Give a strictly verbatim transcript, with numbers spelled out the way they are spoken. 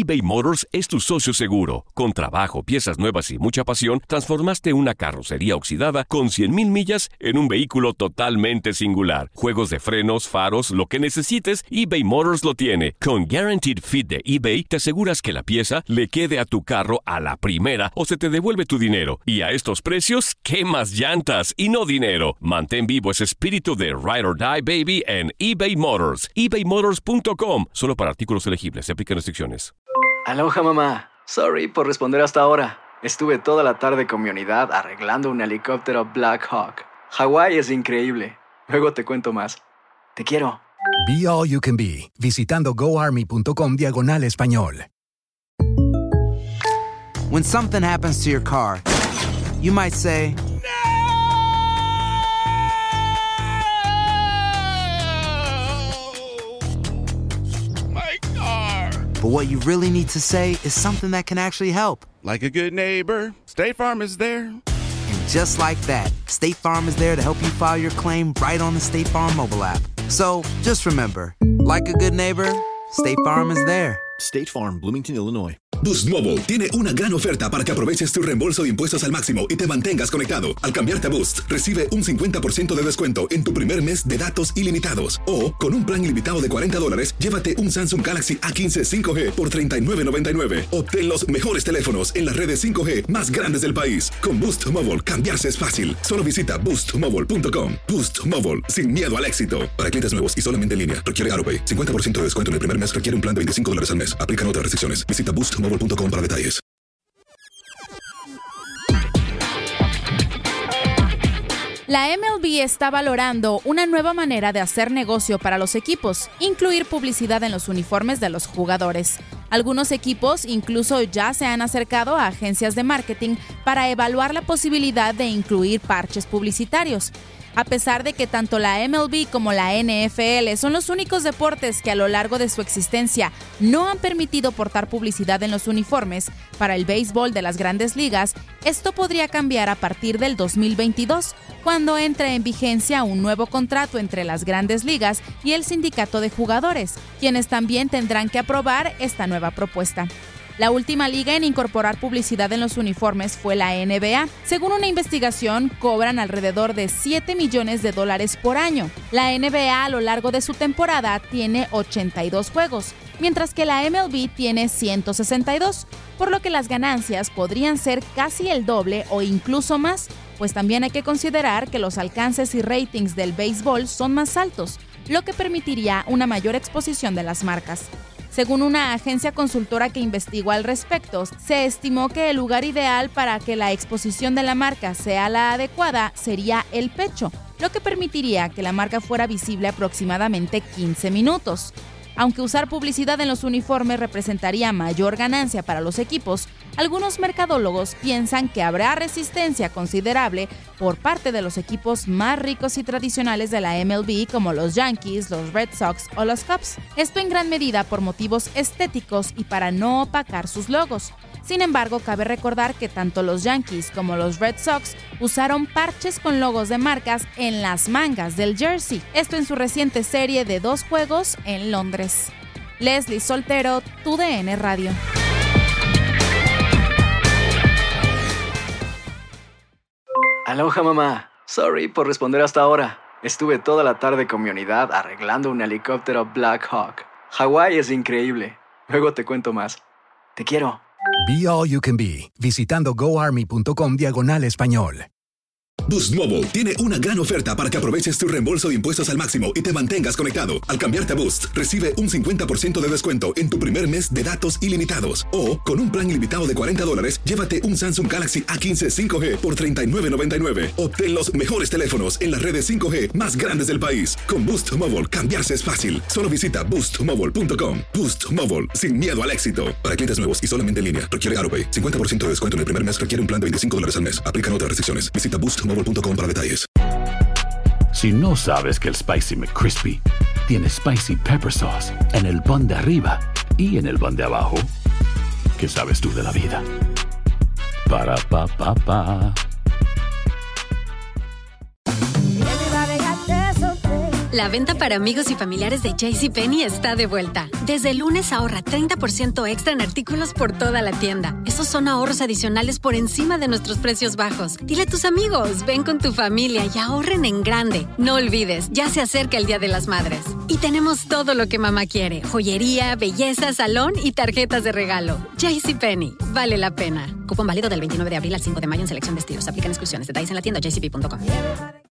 eBay Motors es tu socio seguro. Con trabajo, piezas nuevas y mucha pasión, transformaste una carrocería oxidada con cien mil millas en un vehículo totalmente singular. Juegos de frenos, faros, lo que necesites, eBay Motors lo tiene. Con Guaranteed Fit de eBay, te aseguras que la pieza le quede a tu carro a la primera o se te devuelve tu dinero. Y a estos precios, ¿qué más llantas y no dinero? Mantén vivo ese espíritu de Ride or Die, baby, en eBay Motors. ebay motors punto com. Solo para artículos elegibles. Se aplican restricciones. Aloha, mamá. Sorry por responder hasta ahora. Estuve toda la tarde con mi unidad arreglando un helicóptero Black Hawk. Hawái es increíble. Luego te cuento más. Te quiero. Be All You Can Be, visitando goarmy.com diagonal español. When something happens to your car, you might say, but what you really need to say is something that can actually help. Like a good neighbor, State Farm is there. And just like that, State Farm is there to help you file your claim right on the State Farm mobile app. So just remember, like a good neighbor, State Farm is there. State Farm, Bloomington, Illinois. Boost Mobile tiene una gran oferta para que aproveches tu reembolso de impuestos al máximo y te mantengas conectado. Al cambiarte a Boost, recibe un cincuenta por ciento de descuento en tu primer mes de datos ilimitados. O, con un plan ilimitado de cuarenta dólares, llévate un Samsung Galaxy A quince cinco G por treinta y nueve noventa y nueve. Obtén los mejores teléfonos en las redes cinco G más grandes del país. Con Boost Mobile, cambiarse es fácil. Solo visita boost mobile punto com. Boost Mobile, sin miedo al éxito. Para clientes nuevos y solamente en línea, requiere AutoPay. cincuenta por ciento de descuento en el primer mes requiere un plan de veinticinco dólares al mes. Aplican otras restricciones. Visita boost mobile punto com para detalles. La M L B está valorando una nueva manera de hacer negocio para los equipos, incluir publicidad en los uniformes de los jugadores. Algunos equipos incluso ya se han acercado a agencias de marketing para evaluar la posibilidad de incluir parches publicitarios. A pesar de que tanto la M L B como la N F L son los únicos deportes que a lo largo de su existencia no han permitido portar publicidad en los uniformes, para el béisbol de las grandes ligas, esto podría cambiar a partir del dos mil veintidós, cuando entre en vigencia un nuevo contrato entre las grandes ligas y el sindicato de jugadores, quienes también tendrán que aprobar esta nueva propuesta. La última liga en incorporar publicidad en los uniformes fue la N B A. Según una investigación, cobran alrededor de siete millones de dólares por año. La N B A a lo largo de su temporada tiene ochenta y dos juegos, mientras que la M L B tiene ciento sesenta y dos, por lo que las ganancias podrían ser casi el doble o incluso más, pues también hay que considerar que los alcances y ratings del béisbol son más altos, lo que permitiría una mayor exposición de las marcas. Según una agencia consultora que investigó al respecto, se estimó que el lugar ideal para que la exposición de la marca sea la adecuada sería el pecho, lo que permitiría que la marca fuera visible aproximadamente quince minutos. Aunque usar publicidad en los uniformes representaría mayor ganancia para los equipos, algunos mercadólogos piensan que habrá resistencia considerable por parte de los equipos más ricos y tradicionales de la M L B, como los Yankees, los Red Sox o los Cubs. Esto en gran medida por motivos estéticos y para no opacar sus logos. Sin embargo, cabe recordar que tanto los Yankees como los Red Sox usaron parches con logos de marcas en las mangas del jersey. Esto en su reciente serie de dos juegos en Londres. Leslie Soltero, T U D N Radio. Aloha, mamá. Sorry por responder hasta ahora. Estuve toda la tarde con mi unidad arreglando un helicóptero Black Hawk. Hawái es increíble. Luego te cuento más. Te quiero. Be All You Can Be, visitando goarmy.com diagonal español. Boost Mobile tiene una gran oferta para que aproveches tu reembolso de impuestos al máximo y te mantengas conectado. Al cambiarte a Boost, recibe un cincuenta por ciento de descuento en tu primer mes de datos ilimitados. O, con un plan ilimitado de cuarenta dólares, llévate un Samsung Galaxy A quince cinco G por treinta y nueve noventa y nueve. Obtén los mejores teléfonos en las redes cinco G más grandes del país. Con Boost Mobile, cambiarse es fácil. Solo visita boost mobile punto com. Boost Mobile, sin miedo al éxito. Para clientes nuevos y solamente en línea, requiere AutoPay. cincuenta por ciento de descuento en el primer mes requiere un plan de veinticinco dólares al mes. Aplican otras restricciones. Visita boost mobile punto com para detalles. Si no sabes que el Spicy McCrispy tiene Spicy Pepper Sauce en el pan de arriba y en el pan de abajo, ¿qué sabes tú de la vida? Para, pa, pa, pa. La venta para amigos y familiares de JCPenney está de vuelta. Desde el lunes ahorra treinta por ciento extra en artículos por toda la tienda. Esos son ahorros adicionales por encima de nuestros precios bajos. Dile a tus amigos, ven con tu familia y ahorren en grande. No olvides, ya se acerca el Día de las Madres. Y tenemos todo lo que mamá quiere. Joyería, belleza, salón y tarjetas de regalo. JCPenney, vale la pena. Cupón válido del veintinueve de abril al cinco de mayo en selección de estilos. Aplican exclusiones. Detalles en la tienda j c p punto com.